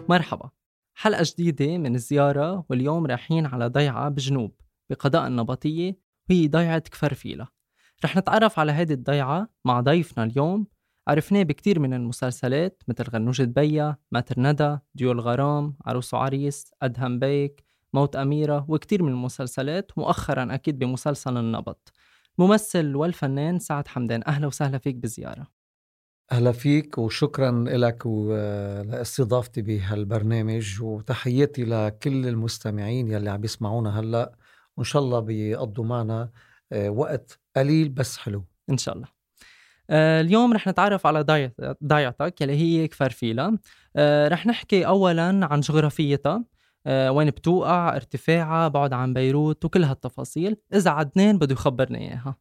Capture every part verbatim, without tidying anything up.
مرحبا، حلقة جديدة من الزيارة، واليوم رايحين على ضيعة بجنوب بقضاء النبطية، وهي ضيعة كفرفيلة. رح نتعرف على هذه الضيعة مع ضيفنا اليوم، عرفناه بكتير من المسلسلات مثل غنوجة بيا، ماتر ندى، ديول غرام، عروس وعريس، أدهم بيك، موت أميرة، وكتير من المسلسلات، مؤخرا أكيد بمسلسل النبط. الممثل والفنان سعد حمدان، أهلا وسهلا فيك بزيارة. أهلا فيك وشكرا لك ولاستضافتي بهالبرنامج، وتحياتي لكل المستمعين يلي عم يسمعونا هلأ، وإن شاء الله بيقضوا معنا وقت قليل بس حلو إن شاء الله. آه اليوم رح نتعرف على ضيعت- ضيعتك يلي هي كفرفيلة. آه رح نحكي أولا عن جغرافيتها، آه وين بتوقع، ارتفاعها، بعد عن بيروت، وكل هالتفاصيل إذا عدنان بده يخبرنا إياها.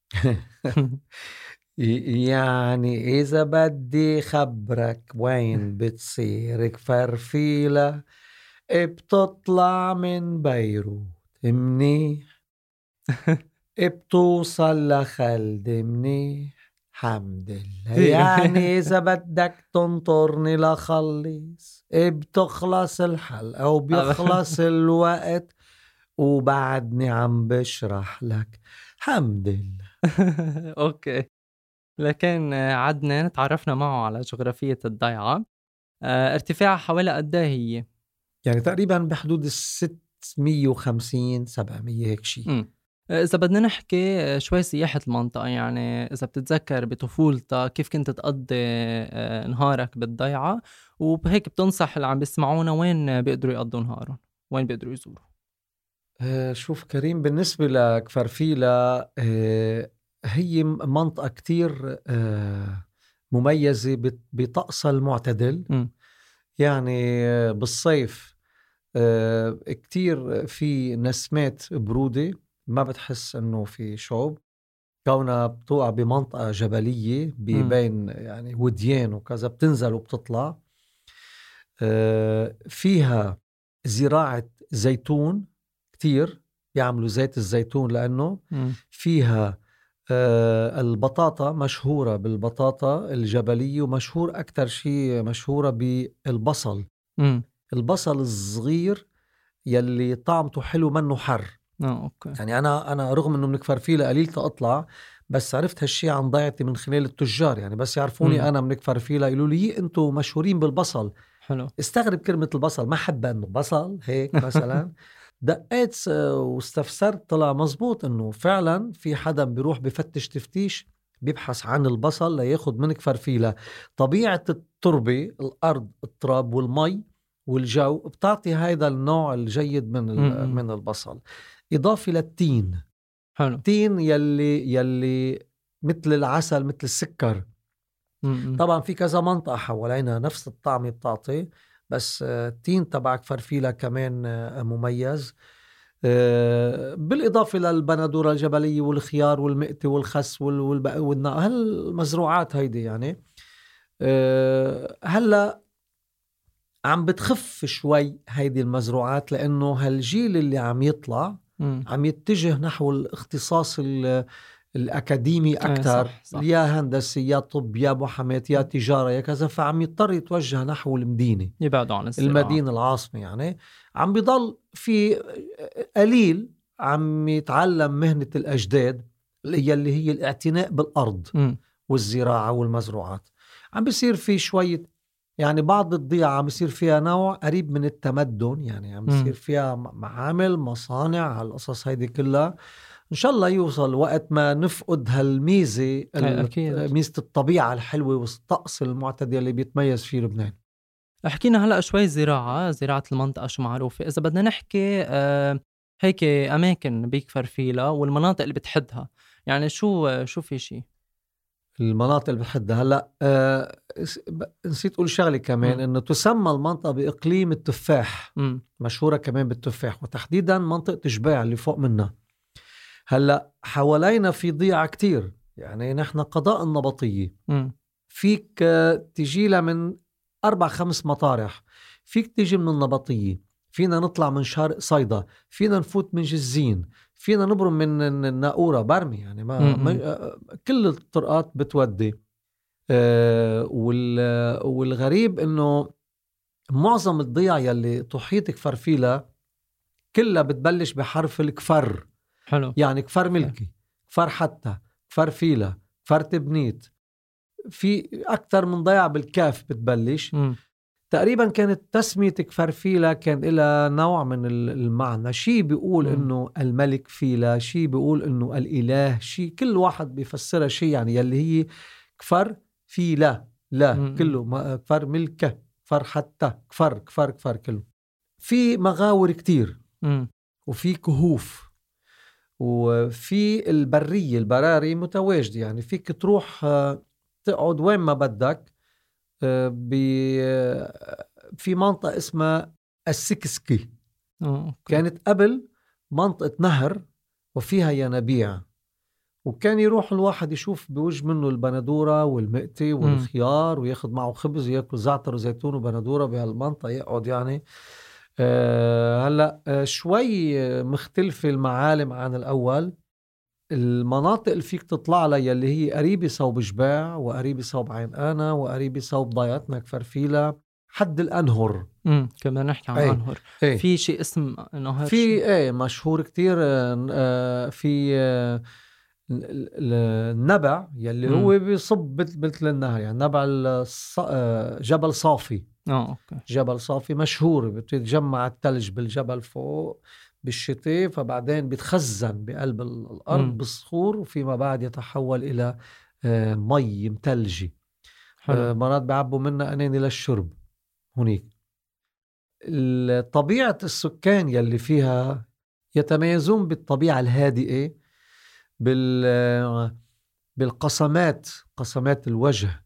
يعني إذا بدي خبرك وين بتصير كفرفيلة، بتطلع من بيروت منيح، بتوصل لخلد منيح حمد لله. كتير. يعني إذا بدك تنطرني لخلص، بتخلص الحلقة وبيخلص الوقت وبعدني عم بشرح لك حمد لله. أوكي، لكن آه، عدنان تعرفنا معه على جغرافية الضيعة. آه ارتفاعها حوالي قد إيه هي؟ يعني تقريبا بحدود الستمية وخمسين سبعمية هيك شي. مم. إذا بدنا نحكي شوي سياحة المنطقة، يعني إذا بتتذكر بطفولتك كيف كنت تقضي آه، نهارك بالضيعة، وبهيك بتنصح اللي عم بيسمعونا وين بيقدروا يقضوا نهارهم، وين بيقدروا يزوروا. آه، شوف كريم، بالنسبة لكفرفيلة آه، هي منطقة كتير آه، مميزة بت- بطقسها المعتدل. مم. يعني آه، بالصيف آه، كتير في نسمات برودة، ما بتحس انه في شوب، كونها بتوقع بمنطقة جبلية مم. بين يعني وديان وكذا، بتنزل وبتطلع. آه، فيها زراعة زيتون كتير، يعملوا زيت الزيتون لأنه مم. فيها آه، البطاطا، مشهورة بالبطاطا الجبلية، ومشهور أكتر شيء مشهورة بالبصل. مم. البصل الصغير يلي طعمته حلو منه حر. آه، أوكي. يعني أنا أنا رغم إنه من كفرفيلة قليل تأطلع، بس عرفت هالشي عن ضيعتي من خلال التجار. يعني بس يعرفوني مم. أنا من كفرفيلة يقولوا لي أنتوا مشهورين بالبصل. حلو. استغرب كلمة البصل، ما حبة إنه بصل هيك مثلا. دقيت س- واستفسرت، طلع مزبوط إنه فعلا في حدا بيروح بفتش تفتيش بيبحث عن البصل لياخد منك فرفيلة. طبيعة التربة، الأرض، التراب والمي والجو بتعطي هذا النوع الجيد من ال- مم. من البصل. إضافة للتين، حلو. التين يلي يلي مثل العسل، مثل السكر. مم. طبعا في كذا منطقة حوالينا نفس الطعم بتعطي، بس آه، التين تبعك فرفيلة كمان آه، مميز. آه، بالإضافة للبندورة الجبلية والخيار والمئتي والخس وال- والبق- والنا هالمزروعات هيدي. يعني آه، هلأ عم بتخف شوي هيدي المزروعات، لأنه هالجيل اللي عم يطلع مم. عم يتجه نحو الاختصاص ال- الأكاديمي إيه، أكتر، صح صح. يا هندسي يا طب يا محاماة يا تجارة يا كذا، فعم يضطر يتوجه نحو المدينة، يبعدوا عن الزراعة. المدينة العاصمة. يعني عم بيضل في قليل عم يتعلم مهنة الأجداد اللي هي الاعتناء بالأرض مم. والزراعة والمزروعات. عم بيصير في شوية، يعني بعض الضيعة عم بيصير فيها نوع قريب من التمدن، يعني عم بيصير مم. فيها معامل، مصانع، هالقصص هيدي كلها. إن شاء الله يوصل وقت ما نفقد هالميزة، إيه، ال- أكيد. ميزة الطبيعة الحلوة والطقس المعتدل اللي بيتميز فيه لبنان. حكينا هلأ شوي زراعة، زراعة المنطقة شو معروفة. إذا بدنا نحكي آه هيك أماكن بيكفر فيها والمناطق اللي بتحدها، يعني شو شو في شي؟ المناطق اللي بحدها هلا آه س- ب- نسيت أقول شغلة كمان، مم. إنه تسمى المنطقة بإقليم التفاح، مم. مشهورة كمان بالتفاح، وتحديدا منطقة جباع اللي فوق منها. هلا حوالينا في ضيعة كتير، يعني نحن قضاء النبطية، مم. فيك آه، تجيلها من أربع خمس مطارح. فيك تيجي من النبطية، فينا نطلع من شارق صيدا، فينا نفوت من جزين، فينا نبرم من الن- الناقورة برمي. يعني ما, ما مم. آه، كل الطرقات بتودي. آه، وال- والغريب إنه معظم الضيع يلي تحيط كفر فيلا كلها بتبلش بحرف الكفر. حلو. يعني كفر ملكي، كفر حتى، كفر فيلا، كفر تبنيت، في أكثر من ضيعة بالكاف بتبلش. م. تقريبا كانت تسمية كفر فيلا كان لها نوع من المعنى، شي بيقول م. إنه الملك فيلا، شي بيقول إنه الإله، شي كل واحد بيفسرها شي، يعني يلي هي كفر فيلا لا م. كله ما كفر ملكة، كفر حتى، كفر كفر كفر كله. في مغاور كتير م. وفي كهوف وفي البرية البراري متواجدة، يعني فيك تروح تقعد وين ما بدك. في منطقة اسمها السكسكي أوه. كانت قبل منطقة نهر وفيها ينابيع، وكان يروح الواحد يشوف بوجه منه البندورة والمقتي والخيار وياخد معه خبز ويأكل زعتر وزيتون وبندورة بهالمنطقة يقعد يعني. أه هلأ أه شوي مختلفة المعالم عن الأول. المناطق اللي فيك تطلع لها يلي هي قريبة صوب جباع وقريبة صوب عين آنا وقريبة صوب ضيعتنا كفر فيلا حد الأنهر. امم كمان نحكي عن ايه. أنهر. ايه. في شيء اسم نهر في ايه مشهور كتير. اه في اه النبع يلي مم. هو بيصب مثل النهر، يعني نبع الص... جبل صافي. اه اوكي. جبل صافي مشهور، بتتجمع الثلج بالجبل فوق بالشتاء، فبعدين بيتخزن بقلب الأرض مم. بالصخور، وفيما بعد يتحول إلى مي متلجي. مرات بيعبوا منها أناني للشرب هناك. طبيعة السكان يلي فيها يتميزون بالطبيعة الهادئة، بال بالقسمات، قسمات الوجه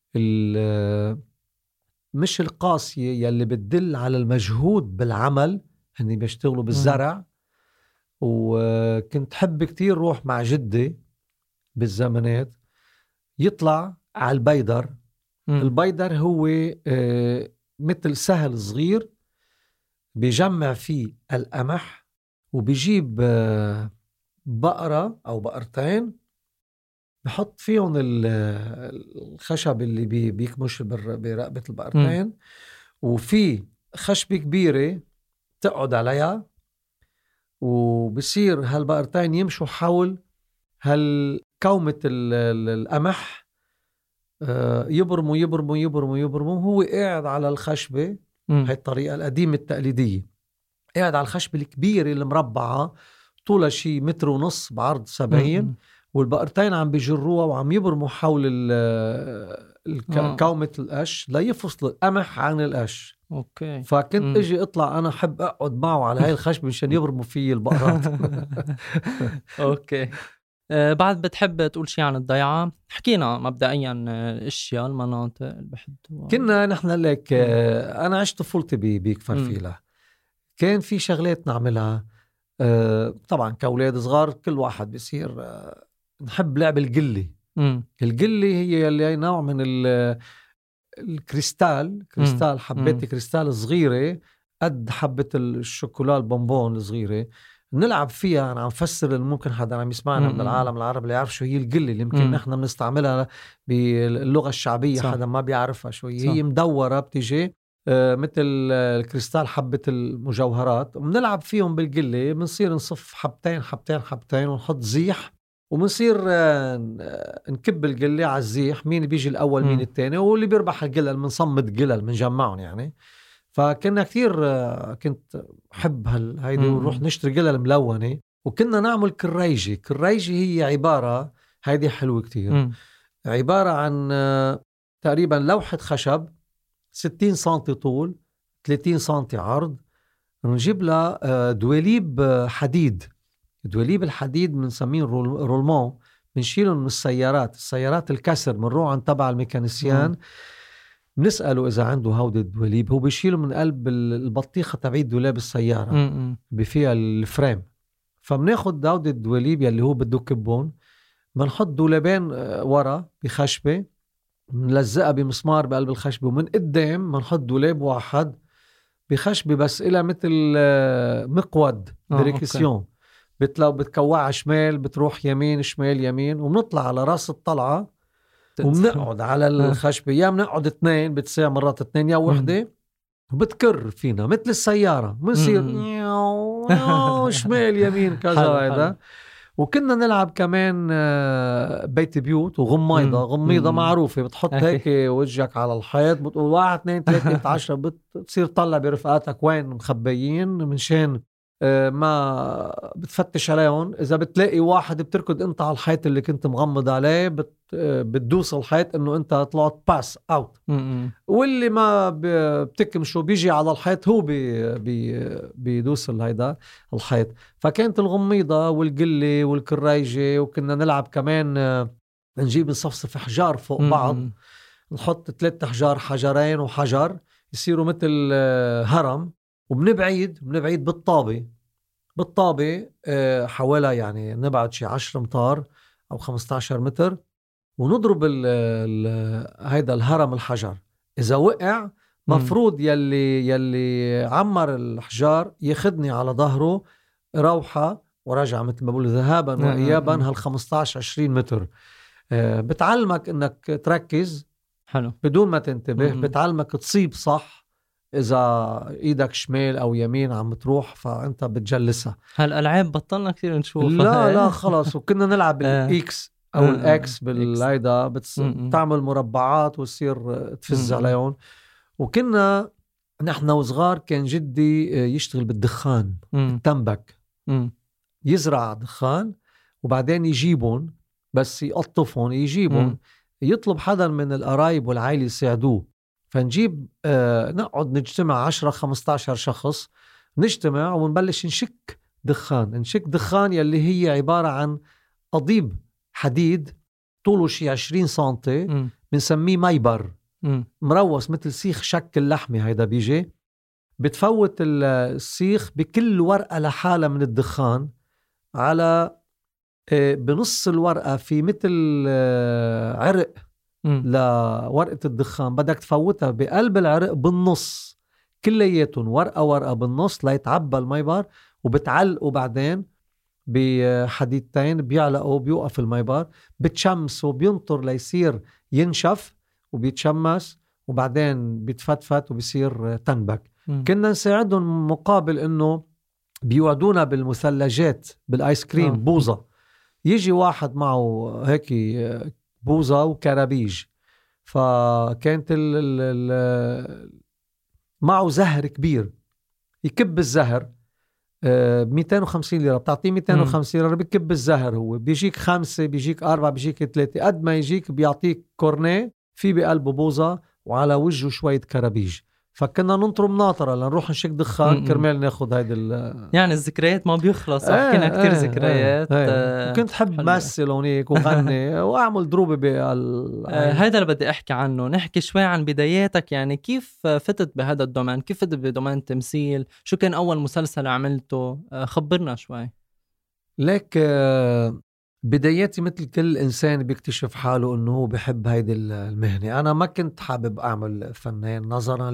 مش القاسية يلي بتدل على المجهود بالعمل، هني بيشتغلوا بالزرع. م. وكنت حب كتير روح مع جدي بالزمانات يطلع على البيدر. م. البيدر هو مثل سهل صغير بيجمع فيه القمح، وبيجيب بقرة أو بقرتين بحط فيهم الخشب اللي بيكمش برقبة البقرتين، م. وفي خشبة كبيرة تقعد عليها، وبصير هالبقرتين يمشوا حول هالكومة القمح، يبرموا يبرموا يبرموا يبرموا هو قاعد على الخشبة. هاي الطريقة القديمة التقليدية، قاعد على الخشبة الكبيرة المربعة طولها شي متر ونص بعرض سبعين، والبقرتين عم بيجروها وعم يبرموا حول الكومة القش ليفصل القمح عن القش. اوكي. فكنت م. اجي اطلع انا حب اقعد معه على هاي الخشبة مشان يبرموا فيه البقرات. اوكي. أه بعد بتحب تقول شيء عن الضيعة؟ حكينا مبدئيا الاشياء المناطق اللي بحدوها. كنا نحن لك أه انا عشت طفولتي بكفر فيلا، كان في شغلات نعملها. أه طبعا كأولاد صغار كل واحد بيصير أه نحب لعب القلة. القلة هي اللي نوع من الكريستال، كريستال حبات كريستال صغيرة قد حبة الشوكولا البونبون الصغيرة، نلعب فيها. أنا عم فسر ممكن حدا عم يسمعنا من العالم العربي اللي يعرف شو هي القلة، اللي يمكن نحن بنستعملها باللغة الشعبية. صح. حدا ما بيعرفها شو هي. هي مدورة بتيجي آه مثل الكريستال حبة المجوهرات، وبنلعب فيهم بالقلة. بنصير نصف حبتين حبتين حبتين ونحط زيح، ومنصير نكب القلة على الزيح، مين بيجي الأول مين الثاني، واللي بيربح القلل منصمد قلل منجمعهم يعني. فكنا كتير كنت حب هيدي، ونروح نشتري قلل ملونة، وكنا نعمل كريجي. كريجي هي عبارة، هيدي حلوة كتير، م. عبارة عن تقريبا لوحة خشب ستين سنتي طول ثلاثين سنتي عرض، نجيب لها دواليب حديد. دواليب الحديد بنسميه رولمون، بنشيلهم من السيارات، السيارات الكسر بنروح عند تبع الميكانيسيان بنسأله إذا عنده هودي الدواليب، هو بيشيله من قلب البطيخة تبعيد دولاب السيارة بفيها الفريم. فبناخد هودي الدواليب يلي هو بده كبون، بنحط دولابين ورا بخشبة، بنلزقها بمسمار بقلب الخشبة، ومن قدام بنحط دولاب واحد بخشبة بس إلى مثل مقود دريكسيون، بتلو بتكوعها شمال بتروح يمين شمال يمين، وبنطلع على راس الطلعة وبنقعد على الخشبة. يا بنقعد اثنين بتساع مرات اثنين يا وحدة، وبتكر فينا مثل السيارة، بنصير شمال يمين كذا هذا. وكنا نلعب كمان بيت بيوت وغميضة. غميضة معروفة، بتحط هيك وجهك على الحيط، بتقول واحد اثنين ثلاثة عشرة، بتصير طلع برفقاتك وين مخبيين منشان ما بتفتش عليهم. إذا بتلاقي واحد بتركض أنت على الحيط اللي كنت مغمض عليه، بت بتدوس الحيط إنه أنت طلعت باس أوت. واللي ما بتكمشوا بيجي على الحيط هو بي بي بيدوس هيدا الحيط. فكانت الغميضة والقلة والكرايجة. وكنا نلعب كمان نجيب نصفصف حجار فوق بعض، نحط ثلاثة حجار، حجرين وحجر يصيروا مثل هرم، وبنبعيد بنبعيد بالطابة بالطابة حوالي يعني نبعد شي عشر متر أو خمسة عشر متر، ونضرب ال ال هيدا الهرم الحجر. إذا وقع مفروض يلي يلي عمر الحجار ياخدني على ظهره روحة ورجع، مثل ما بقول ذهابا وإيابا هال خمسة عشر عشرين متر. بتعلمك إنك تركز حلو بدون ما تنتبه. بتعلمك تصيب صح، إذا إيدك شمال أو يمين عم تروح فأنت بتجلسها. هالألعاب بطلنا كثير نشوفها. لا لا خلاص. وكنا نلعب بالإكس أو الإكس بالهيدا، بتعمل مربعات وتصير تفز عليهم. وكنا نحن وصغار كان جدي يشتغل بالدخان، التنبك، يزرع دخان وبعدين يجيبون، بس يقطفون يجيبون، يطلب حدا من القرايب والعائلة يساعدوه. فنجيب آه نقعد نجتمع عشرة خمسة عشر شخص، نجتمع ونبلش نشك دخان. نشك دخان يلي هي عبارة عن قضيب حديد طوله شي عشرين سنتي، بنسميه مايبر، م. مروس مثل سيخ شك اللحمة. هيدا بيجي بتفوت السيخ بكل ورقة لحالة من الدخان على آه بنص الورقة في مثل آه عرق لورقة الدخان. بدك تفوتها بقلب العرق بالنص كلياتهم، ورقة ورقة بالنص ليتعبى الميبار. وبتعلقوا بعدين بحديدتين بيعلقوا، بيوقف الميبار، بتشمسوا، بينطر ليصير ينشف وبيتشمس، وبعدين بيتفتفت وبيصير تنبك. م. كنا نساعدهم مقابل انه بيوعدونا بالمثلجات بالايس كريم. بوظة يجي واحد معه هيك بوظة وكرابيج، فكانت ال ال معه زهر كبير، يكب الزهر مئتين وخمسين ليرة، بتعطيه مئتين وخمسين ليرة بيكب الزهر. هو بيجيك خمسة، بيجيك أربعة، بيجيك ثلاثة، قد ما يجيك بيعطيك كورنيه في بقلبه بوظة وعلى وجهه شوية كرابيج. فكنا ننطر مناطرة لنروح نشك دخان كرمال ناخد هيدا ال يعني الذكريات ما بيخلص. حكينا كتير ايه ذكريات. ايه ايه. كنت حب مثل هونيك وغني واعمل دروبة بال هيدا اللي بدي احكي عنه. نحكي شوي عن بداياتك، يعني كيف فتت بهذا الدومين، كيف فتت بدومين التمثيل، شو كان اول مسلسل عملته، خبرنا شوي. لك بداياتي مثل كل إنسان بيكتشف حاله إنه هو بيحب هيدي المهنة. أنا ما كنت حابب أعمل فنان نظرا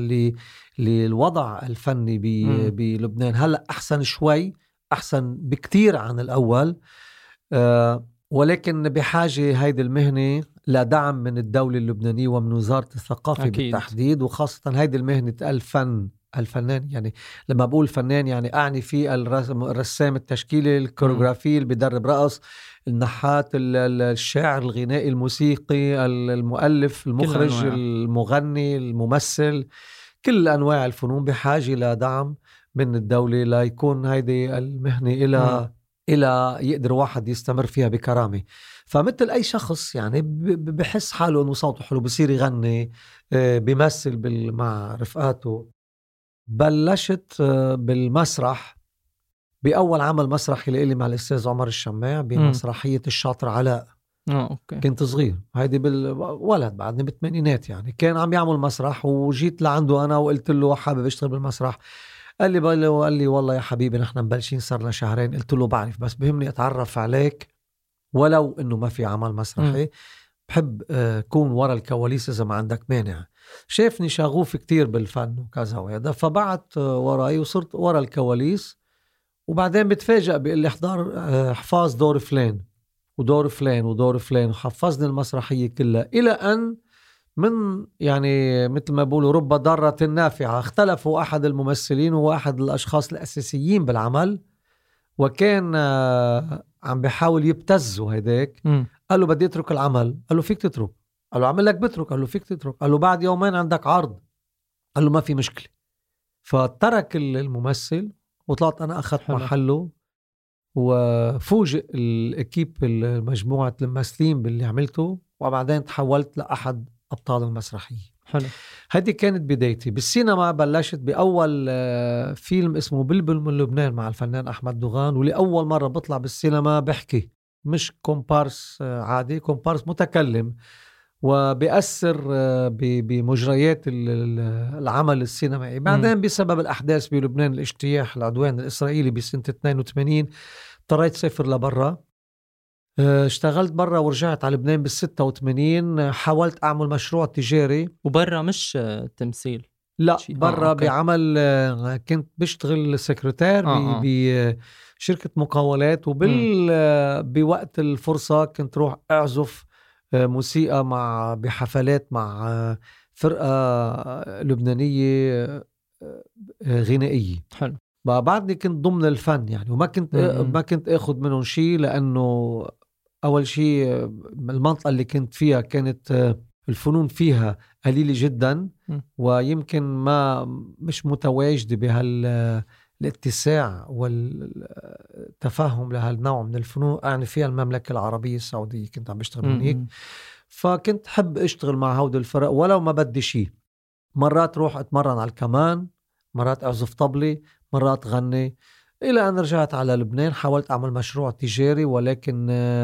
للوضع الفني بلبنان. هلأ أحسن شوي، أحسن بكتير عن الأول، أه ولكن بحاجة هيدي المهنة لدعم من الدولة اللبنانية ومن وزارة الثقافة أكيد. بالتحديد، وخاصة هيدي المهنة الفن الفنان. يعني لما بقول فنان يعني أعني فيه الرسام التشكيلي، الكوريوغرافي اللي بيدرب رقص، النحات، الشاعر، الغنائي، الموسيقي، المؤلف، المخرج، المغني، الممثل. كل أنواع الفنون بحاجة لدعم من الدولة ليكون هيدي المهنة إلى إلى يقدر واحد يستمر فيها بكرامة. فمثل أي شخص يعني بحس حاله إنه صوته حلو، بصير يغني، بيمثل مع رفقاته. بلشت بالمسرح بأول عمل مسرحي لإلي مع الأستاذ عمر الشماع بمسرحية الشاطر علاء. اه أوكي. كنت صغير، هيدي بالولد بعدني بالثمانينات يعني. كان عم يعمل مسرح وجيت لعنده أنا وقلت له حابب اشتغل بالمسرح. قال لي قال لي والله يا حبيبي نحن مبلشين صرنا شهرين. قلت له بعرف، بس بهمني أتعرف عليك ولو إنه ما في عمل مسرحي. م. بحب كون ورا الكواليس إذا ما عندك مانع. شافني شغوف كتير بالفن وكذا وهذا، فبعت وراي وصرت ورا الكواليس. وبعدين بتفاجأ بيقول لي احضر حفاظ دور فلان ودور فلان ودور فلان، وحفظني المسرحية كلها إلى أن من يعني مثل ما بيقولوا رب ضارة نافعة. اختلفوا أحد الممثلين وهو أحد الأشخاص الأساسيين بالعمل، وكان عم بيحاول يبتزه هيداك. قال له بدي اترك العمل. قال له فيك تترك. قال له عمل لك بترك. قال له فيك تترك. قال له بعد يومين عندك عرض. قال له ما في مشكلة. فترك الممثل وطلعت أنا أخذت حلو. محله، وفوجئ الأكيب المجموعة الممثلين باللي عملته، وبعدين تحولت لأحد أبطال المسرحية. حلو. هذه كانت بدايتي بالسينما. بلشت بأول فيلم اسمه بلبل من لبنان مع الفنان أحمد دوغان، ولأول مرة بطلع بالسينما بحكي، مش كومبارس عادي، كومبارس متكلم وبيأثر بمجريات العمل السينمائي. بعدين بسبب الأحداث بلبنان، الاجتياح، العدوان الإسرائيلي بسنة اثنين وثمانين، اضطريت سافر لبرا. اشتغلت برا ورجعت على لبنان بالستة وثمانين. حاولت أعمل مشروع تجاري. وبرا مش تمثيل؟ لا برا آه، بعمل. كنت بشتغل سكرتير آه بشركة مقاولات، وبال بوقت الفرصة كنت روح أعزف موسيقى مع بحفلات مع فرقة لبنانية غنائية. حلو. بعدني كنت ضمن الفن يعني، وما كنت م-م. ما كنت اخذ منهم شيء، لانه اول شيء المنطقة اللي كنت فيها كانت الفنون فيها قليلة جدا، م. ويمكن ما مش متواجدة بهال الاتساع والتفهم لهالنوع من الفنون. يعني فيها المملكة العربية السعودية كنت عم بشتغل من هيك، فكنت حب اشتغل مع هود الفرق ولو ما بدي شيء. مرات روح اتمرن على الكمان، مرات اعزف طبلي، مرات غني، الى ان رجعت على لبنان. حاولت اعمل مشروع تجاري، ولكن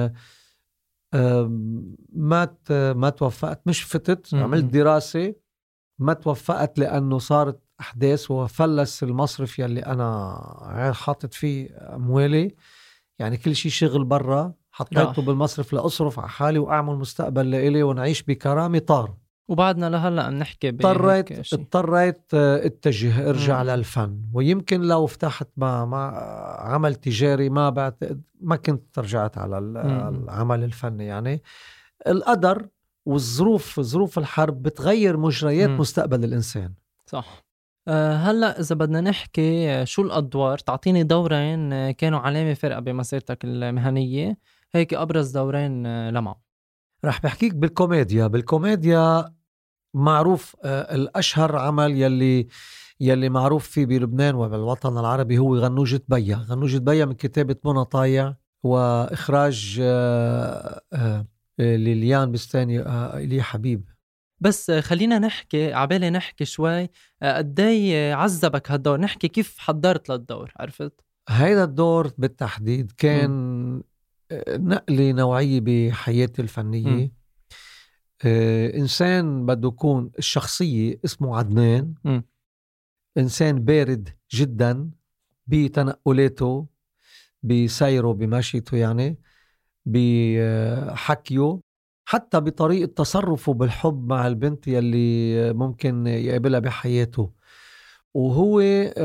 ما ما توفقت. مش فتت، عملت دراسة ما توفقت، لانه صارت أحداث وفلس المصرف يلي أنا حاطت فيه أموالي. يعني كل شيء شغل برا حطيته بالمصرف لأصرف على حالي وأعمل مستقبل لإلي ونعيش بكرامة. طار. وبعدنا لهلأ نحكي اضطريت اضطريت اتجه ارجع مم. للفن. ويمكن لو فتحت مع, مع عمل تجاري ما بعد ما كنت رجعت على العمل الفني. يعني القدر والظروف، ظروف الحرب بتغير مجريات مم. مستقبل الإنسان. صح. أه هلأ إذا بدنا نحكي شو الأدوار، تعطيني دورين كانوا علامة فرقة بمسيرتك المهنية، هيك أبرز دورين لمعوا. رح بحكيك بالكوميديا. بالكوميديا معروف أه الأشهر عمل يلي يلي معروف فيه بلبنان وبالوطن العربي هو غنوجة بيا. غنوجة بيا من كتابة منى طايع وإخراج أه أه ليليان بستاني أه إلي حبيب. بس خلينا نحكي عبالي نحكي شوي قدي عذبك هالدور، نحكي كيف حضرت للدور. عرفت هيدا الدور بالتحديد كان م. نقلة نوعية بحياتي الفنية. آه إنسان بده يكون الشخصية اسمه عدنان، م. إنسان بارد جدا بتنقلاته، بسيره، بمشيته، يعني بحكيه، حتى بطريقة تصرفه بالحب مع البنت يلي ممكن يقابلها بحياته. وهو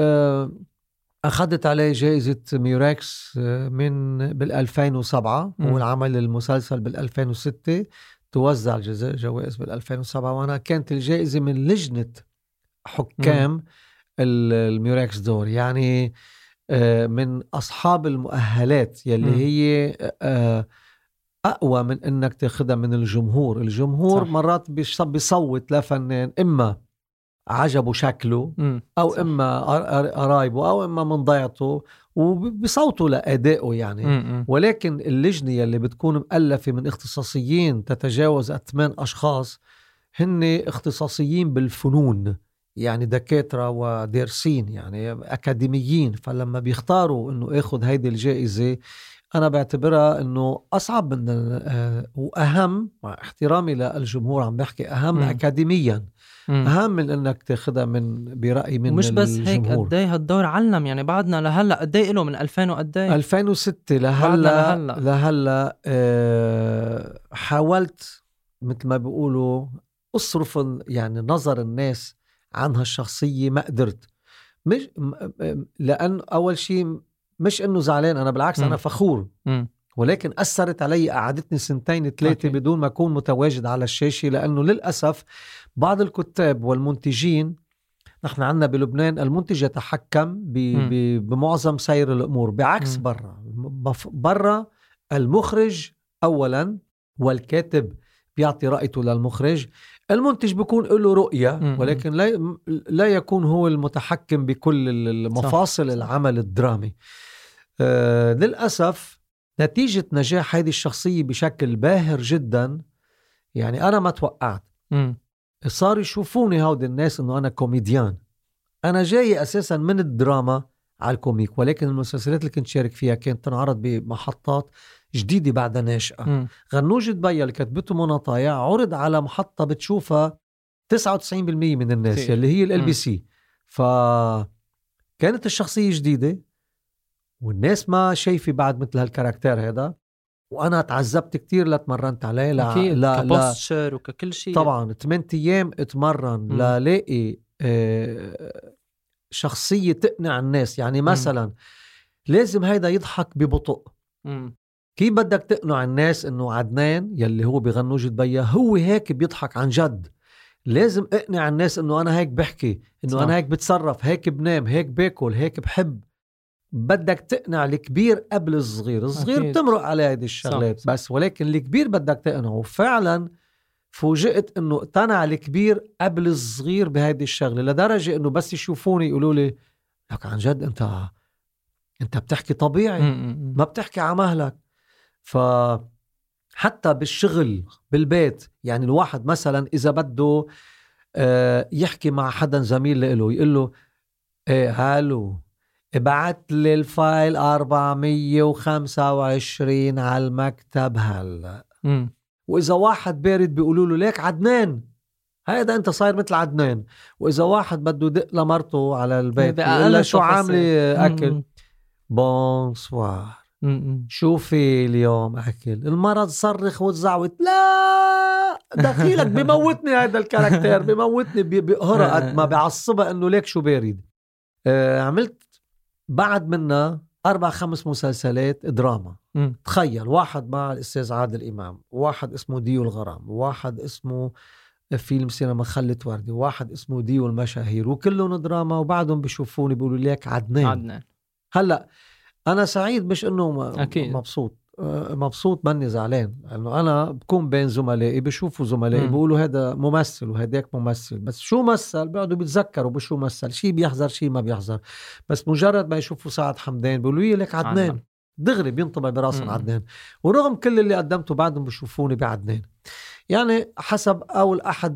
أخذت عليه جائزة ميراكس من بالألفين وسبعة، والعمل المسلسل بالألفين وستة، توزع الجوائز بالألفين وسبعة، وأنا كانت الجائزة من لجنة حكام م. الميراكس دور، يعني من أصحاب المؤهلات يلي م. هي أقوى من أنك تاخدها من الجمهور. الجمهور صح. مرات بيصوت لفنان إما عجبه شكله م. أو صح. إما قرايبه أو إما من ضيعته، وبيصوتوا لأدائه يعني. م. م. ولكن اللجنة اللي بتكون مؤلفة من اختصاصيين تتجاوز ثمان أشخاص، هن اختصاصيين بالفنون، يعني دكاترة ودارسين، يعني أكاديميين. فلما بيختاروا إنه أخذ هيدي الجائزة، أنا بعتبرها إنه أصعب من وأهم، مع احترامي للجمهور عم بحكي أهم م. أكاديميا، م. أهم من إنك تاخدها من برأي من مش بس الجمهور. هيك، قدي هالدور علم، يعني بعدنا لهلا قدي له من ألفين وقدي ألفين وستة لهلا لهلا, لهلا أه حاولت مثل ما بيقولوا أصرف يعني نظر الناس عن هالشخصية. ما قدرت، مش لأن أول شيء مش إنه زعلان، أنا بالعكس م. أنا فخور م. ولكن أثرت علي، قعدتني سنتين ثلاثة بدون ما أكون متواجد على الشاشة، لأنه للأسف بعض الكتاب والمنتجين، نحن عندنا بلبنان المنتج يتحكم ب... ب... بمعظم سير الأمور، بعكس برا. برا المخرج أولا والكاتب بيعطي رأيته للمخرج، المنتج بيكون له رؤية ولكن لا لا يكون هو المتحكم بكل المفاصل العمل الدرامي. آه للأسف نتيجة نجاح هذه الشخصية بشكل باهر جدا، يعني أنا ما توقعت م. صار يشوفوني هؤلاء الناس إنه أنا كوميديان. أنا جاي أساسا من الدراما على الكوميك، ولكن المسلسلات اللي كنت شارك فيها كانت تنعرض بمحطات جديدة بعد ناشئة. غنوجة بيا اللي كتبته منى طايع عرض على محطة بتشوفها تسعة وتسعين بالمية من الناس كتير. اللي هي ال بي سي. فكانت الشخصية جديدة والناس ما شايفة بعد مثل هالكاركتير هذا، وأنا تعذبت كتير لتمرنت عليه لا لا كبوستشر وككل شيء. طبعا ثمانية أيام اتمرن للاقي آه شخصية تقنع الناس. يعني مثلا م. لازم هيدا يضحك ببطء. م. كيف بدك تقنع الناس انه عدنان يلي هو بغنوجة بيا هو هيك بيضحك عن جد؟ لازم اقنع الناس انه انا هيك بحكي، انه صح. انا هيك بتصرف، هيك بنام، هيك باكل، هيك بحب. بدك تقنع الكبير قبل الصغير. الصغير أكيد. بتمرق على هذه الشغلات صح. بس ولكن الكبير بدك تقنعه. فعلا فوجئت انه اقتنع الكبير قبل الصغير بهذه الشغلة، لدرجة انه بس يشوفوني يقولوا لي لك عن جد انت انت بتحكي طبيعي م-م. ما بتحكي على مهلك. فحتى بالشغل بالبيت، يعني الواحد مثلا اذا بده يحكي مع حدا زميل له يقول له ايه هالو ابعت لي الفايل أربعمية وخمسة وعشرين على المكتب هلا. واذا واحد بارد بيقولوا له ليك عدنان، هيدا انت صاير مثل عدنان. واذا واحد بده يدق لمرته على البيت يقول لها شو عامله اكل، بونسوار شوفي اليوم اكل. المرض صرخ وتزعوت لا دخيلك بموتني هذا الكاركتير بموتني بيقهرها قد ما بعصبها انه ليك شو بارد. آه عملت بعد منا أربع خمس مسلسلات دراما. م. تخيل واحد مع الأستاذ عادل إمام، واحد اسمه ديو الغرام، واحد اسمه فيلم سينما خلة وردي، واحد اسمه ديو المشاهير، وكلهم دراما. وبعدهم بيشوفوني بيقولوا ليك عدنان. عدنان هلأ أنا سعيد مش إنه أكيد. مبسوط مبسوط مني زعلان لأنه أنا بكون بين زملائي بيشوفوا زملائي بيقولوا هذا ممثل وهداك ممثل، بس شو مثل بيقعدوا بيتذكروا بشو مثل، شي بيحذر شي ما بيحذر. بس مجرد ما يشوفوا سعد حمدان بيقولوا لي لك عدنان دغري بينطبع براسهم عدنان. ورغم كل اللي قدمته بعدهم بيشوفوني بعدنان. يعني حسب أول أحد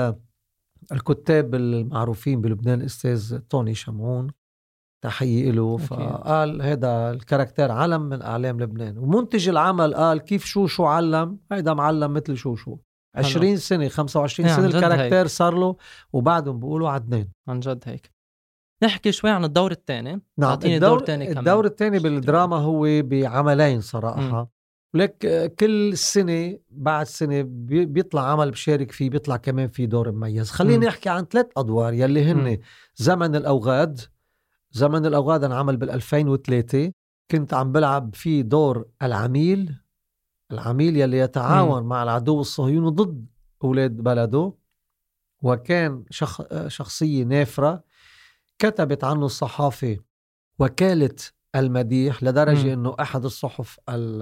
الكتاب المعروفين بلبنان الأستاذ توني شمعون، تحيي له، فقال هذا الكاركتير علم من أعلام لبنان. ومنتج العمل قال كيف شو شو علم، هيدا معلم مثل شو شو عشرين سنة خمسة وعشرين سنة الكاركتير صار له وبعدهم بيقولوا عدنان. عن جد هيك. نحكي شوي عن الدور الثاني. نعم الدور الثاني الدور الثاني بالدراما هو بعملين صراحة. ولك كل سنة بعد سنة بيطلع عمل بشارك فيه بيطلع كمان في دور مميز. خليني أحكي عن ثلاث أدوار يلي هن م. زمن الأوغاد. زمن الأوغاد انعمل بالألفين وثلاثة، كنت عم بلعب فيه دور العميل العميل يلي يتعاون م. مع العدو الصهيوني ضد أولاد بلده. وكان شخ... شخصية نافرة كتبت عنه الصحافة وكالة المديح، لدرجة م. أنه أحد الصحف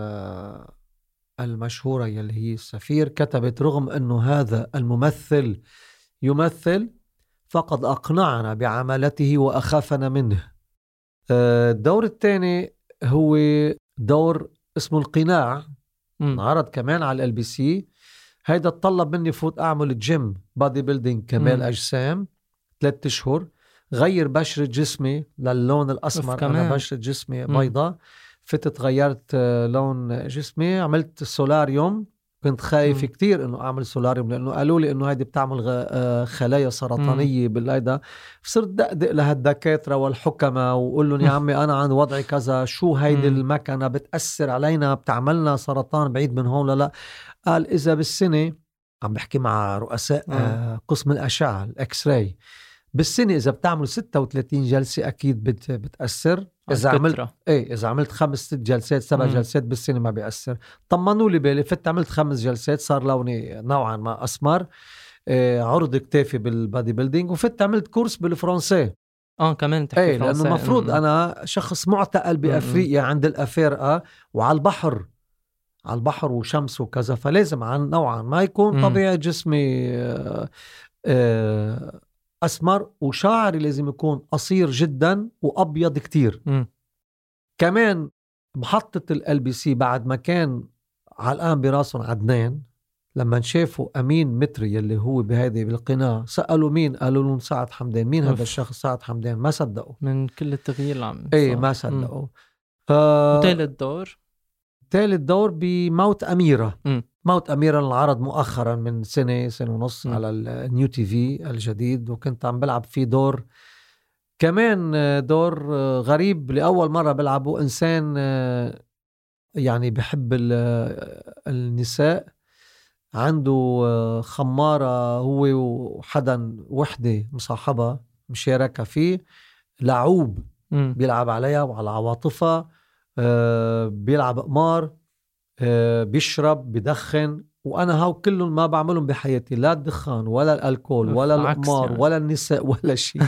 المشهورة يلي هي السفير كتبت رغم أنه هذا الممثل يمثل فقد أقنعنا بعملته وأخافنا منه. الدور الثاني هو دور اسمه القناع، عرض كمان على ال بي سي. هيدا تطلب مني فوت أعمل جيم بادي بيلدينج كمال أجسام ثلاثة أشهر، غير بشرة جسمي للون الأسمر. أنا بشرة جسمي بيضاء، فتت غيرت لون جسمي، عملت سولاريوم. كنت خايف كتير انه اعمل سولاريوم لانه قالوا لي انه هيدي بتعمل خلايا سرطانيه بالايدا. صرت دقدق لهالدكاتره والحكمه وقول لهم يا عمي انا عندي وضعي كذا، شو هيدي المكنه بتاثر علينا بتعملنا سرطان بعيد من هون لا لا. قال اذا بالسنه عم بحكي مع رؤساء آه قسم الاشعه الاكس راي، بالسنه اذا بتعمل ستة وثلاثين جلسه اكيد بت بتاثر. إذا عملت إيه إذا عملت خمس ست جلسات سبع مم. جلسات بالسنة ما بيأثر. طمنوا لي بالي فت عملت خمس جلسات صار لوني نوعا ما أسمر، إيه عرض كتافي بالبادي بيلدينج، وفت عملت كورس بالفرنسي. اه كمان تحكي ايه فرنسي. لأنه مفروض م- م. أنا شخص معتقل بأفريقيا عند الأفارقة وعلى البحر، على البحر وشمس وكذا، فلازم عن نوعا ما يكون مم. طبيعي جسمي آه، آه، أسمر، وشعري لازم يكون قصير جدا وأبيض كتير. مم. كمان محطة ال بي سي بعد ما كان علقان براسهم عدنان، لما شافوا أمين متري اللي هو بهذه بالقناة سألوا مين، قالوا لهم سعد حمدان. مين هذا الشخص سعد حمدان؟ ما صدقوا من كل التغيير اللي عم ايه صار. ما صدقوا. ف... وثالث دور ثالث دور بموت أميرة. مم. موت أميرة العرض مؤخرا من سنة سنة ونص مم. على النيو تي في الجديد، وكنت عم بلعب فيه دور كمان، دور غريب لأول مرة بلعبه. إنسان يعني بحب النساء، عنده خمارة هو وحدا وحدة مصاحبة مشاركة فيه، لعوب مم. بيلعب عليها وعلى عواطفها، بيلعب قمار، بيشرب بدخن. وأنا هاو كلهم ما بعملهم بحياتي، لا الدخان ولا الألكول ولا القمار يعني. ولا النساء ولا شيء.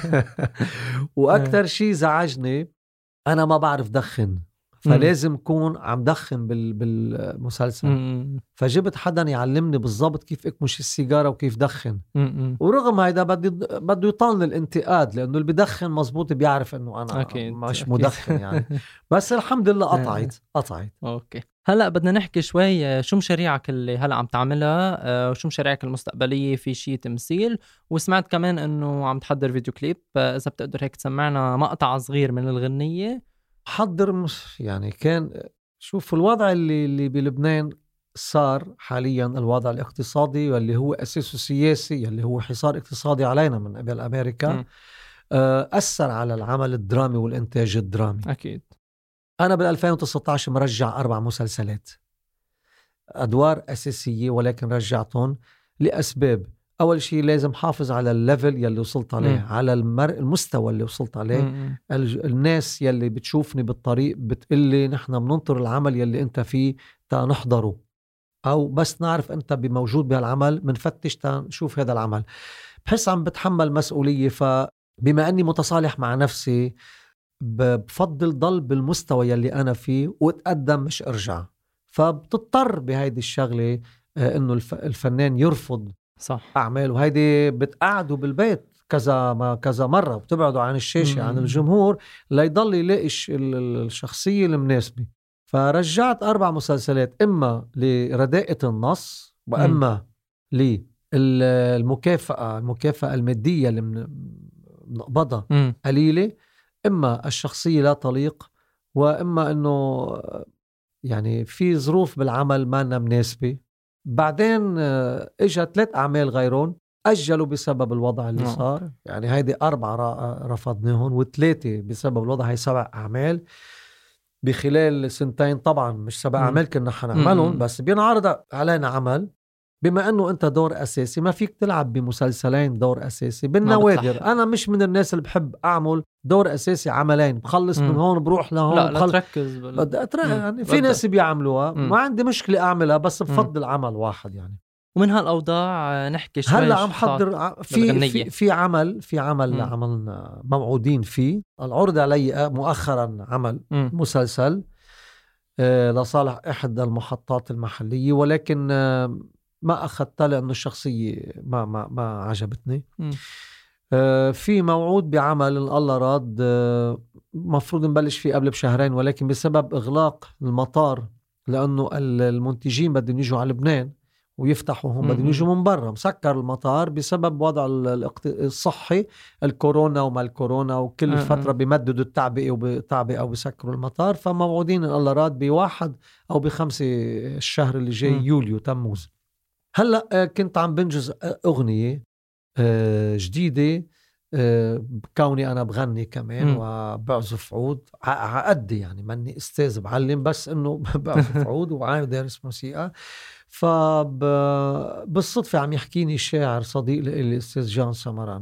وأكتر شيء زعجني أنا ما بعرف دخن، فلازم كون عم دخن بال بالمسلسل. مم. فجبت حدا يعلمني بالضبط كيف اكمش السيجارة وكيف دخن. مم. ورغم هيدا بدي بده يطال الانتقاد، لأنه اللي بدخن مزبوط بيعرف إنه أنا أكيد. مش أكيد. مدخن يعني. بس الحمد لله قطعت قطعت. أوكي. هلأ بدنا نحكي شوي شو مشاريعك اللي هلأ عم تعملها، وشو مشاريعك المستقبلية في شي تمثيل، وسمعت كمان إنه عم تحضر فيديو كليب، إذا بتقدر هيك تسمعنا مقطع صغير من الغنية. حضر مش يعني كان شوف الوضع اللي اللي بلبنان صار حاليا، الوضع الاقتصادي واللي هو أساسه سياسي، اللي هو حصار اقتصادي علينا من قبل أمريكا، م. أثر على العمل الدرامي والإنتاج الدرامي. أكيد. أنا بالألفين وتسعة عشر مرجع أربع مسلسلات أدوار أساسية، ولكن رجعتهم لأسباب. أول شيء لازم حافظ على الليفل يلي وصلت عليه، م. على المر... المستوى اللي وصلت عليه. م. الناس يلي بتشوفني بالطريق بتقلي نحن بننطر العمل يلي أنت فيه تا نحضره، أو بس نعرف أنت بموجود بهالعمل منفتش تا نشوف هذا العمل. بحس عم بتحمل مسؤولية، فبما أني متصالح مع نفسي بفضل ضل بالمستوى يلي أنا فيه واتقدم مش أرجع. فبتضطر بهيدي الشغلة إنه الفنان يرفض صح أعمال، وهيدي بتقعدوا بالبيت كذا ما كذا مرة، وبتبعدوا عن الشاشة عن الجمهور ليضل يلاقي الشخصية المناسبة. فرجعت أربع مسلسلات، إما لرداءة النص، وإما للمكافأة المكافأة المادية اللي بنقبضها قليلة، إما الشخصية لا تليق، وإما إنه يعني في ظروف بالعمل ما لنا مناسبة. بعدين اجا ثلاث أعمال غيرون أجلوا بسبب الوضع اللي صار، يعني هيدي أربعة رفضناهم، وثلاثة بسبب الوضع، هي سبع أعمال بخلال سنتين. طبعا مش سبع أعمال كنا حنعملهم، بس بينعرض علينا عمل. بما أنه أنت دور أساسي ما فيك تلعب بمسلسلين دور أساسي بالنوادر. أنا مش من الناس اللي بحب أعمل دور أساسي عملين، بخلص من هون بروح لهون. لا بخل... لا تركز بال... بدي أترك يعني. في ناس بيعملوها، ما عندي مشكلة أعملها، بس بفضل مم. عمل واحد يعني. ومن هالأوضاع نحكي شوي. هلا عم حضر في, في في عمل في عمل مم. عملنا موعودين فيه. العرض علي مؤخرا عمل مم. مسلسل آه لصالح إحدى المحطات المحلية، ولكن آه ما أخذتها لأنه الشخصية ما ما ما عجبتني. آه في موعود بعمل الله راد، آه مفروض نبلش فيه قبل بشهرين، ولكن بسبب إغلاق المطار، لأنه المنتجين بدهم يجوا على لبنان ويفتحوا هم، بدهم يجوا من برا، مسكر المطار بسبب وضع الصحي، الكورونا وما الكورونا، وكل فترة بيمددوا التعبئة وبتعبئة وبيسكروا المطار. فموعودين الله راد بواحد أو بخمسة الشهر اللي جاي، يوليو تموز. هلأ كنت عم بنجز أغنية جديدة، كوني أنا بغني كمان م. وبعزف عود عقدي، يعني ماني أستاذ بعلم، بس إنه بعزف عود وعامل دارس موسيقى. فبالصدفة عم يحكيني شاعر صديق لي الأستاذ جان سمراني،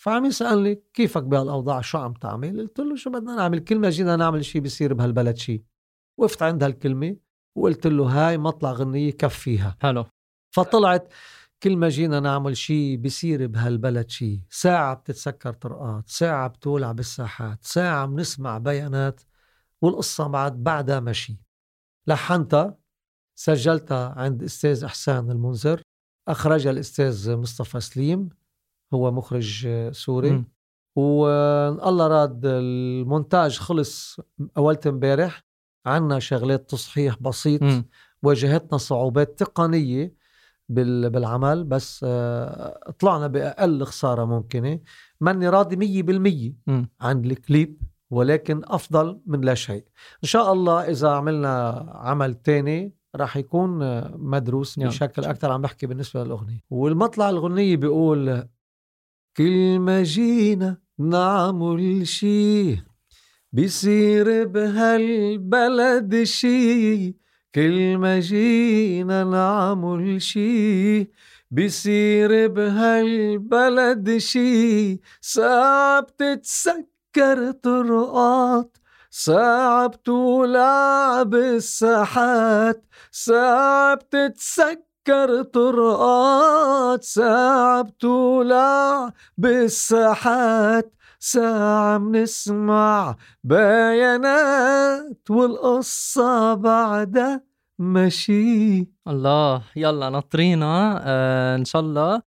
فعم يسألني كيفك بهالأوضاع، شو عم تعمل؟ قلت له شو بدنا نعمل، كل ما جينا نعمل شي بيصير بهالبلد شي. وقفت عند هالكلمة وقلت له هاي مطلع غنية كفيها. حلو. فطلعت كل ما جينا نعمل شي بيصير بهالبلد شي. ساعة بتتسكر طرقات، ساعة بتولع بالساحات، ساعة بنسمع بيانات، والقصة بعد بعدها مشي. لحنتها سجلتها عند أستاذ إحسان المنذر، أخرجها الأستاذ مصطفى سليم، هو مخرج سوري. م. والله راد المونتاج خلص أولة امبارح. عنا شغلات تصحيح بسيط، م. واجهتنا صعوبات تقنية بالعمل، بس طلعنا بأقل خسارة ممكنة. ماني راضي مية بالمية عن الكليب، ولكن أفضل من لا شيء. إن شاء الله إذا عملنا عمل تاني راح يكون مدروس بشكل أكتر. عم بحكي بالنسبة للأغنية، والمطلع الغنية بيقول كل ما جينا نعمل شي بيصير بهالبلد شي، كل ما جينا نعمل شي بيصير بهالبلد شي. ساعة بتتسكر طرقات، ساعة بتولع بالساحات، ساعة بتتسكر طرقات، ساعة بتولع بالساحات، ساعة منسمع بيانات، والقصة بعدها ماشي. الله، يلا نطرينا آه إن شاء الله.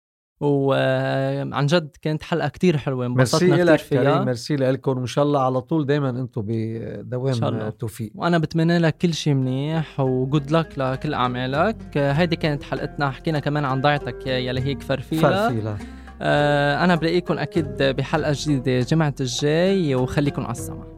وعن جد كانت حلقة كتير حلوة، انبسطنا كتير فيها. ميرسي لكم، وإن شاء الله على طول دايما أنتم بدوام توفيق. وأنا بتمنى لك كل شيء منيح وجود لك لكل أعمالك. هيدي كانت حلقتنا، حكينا كمان عن ضيعتك يلي هي كفرفيلة. فرفيلة. آه أنا بلاقيكم أكيد بحلقة جديدة جمعة الجاي، وخليكم على السمع.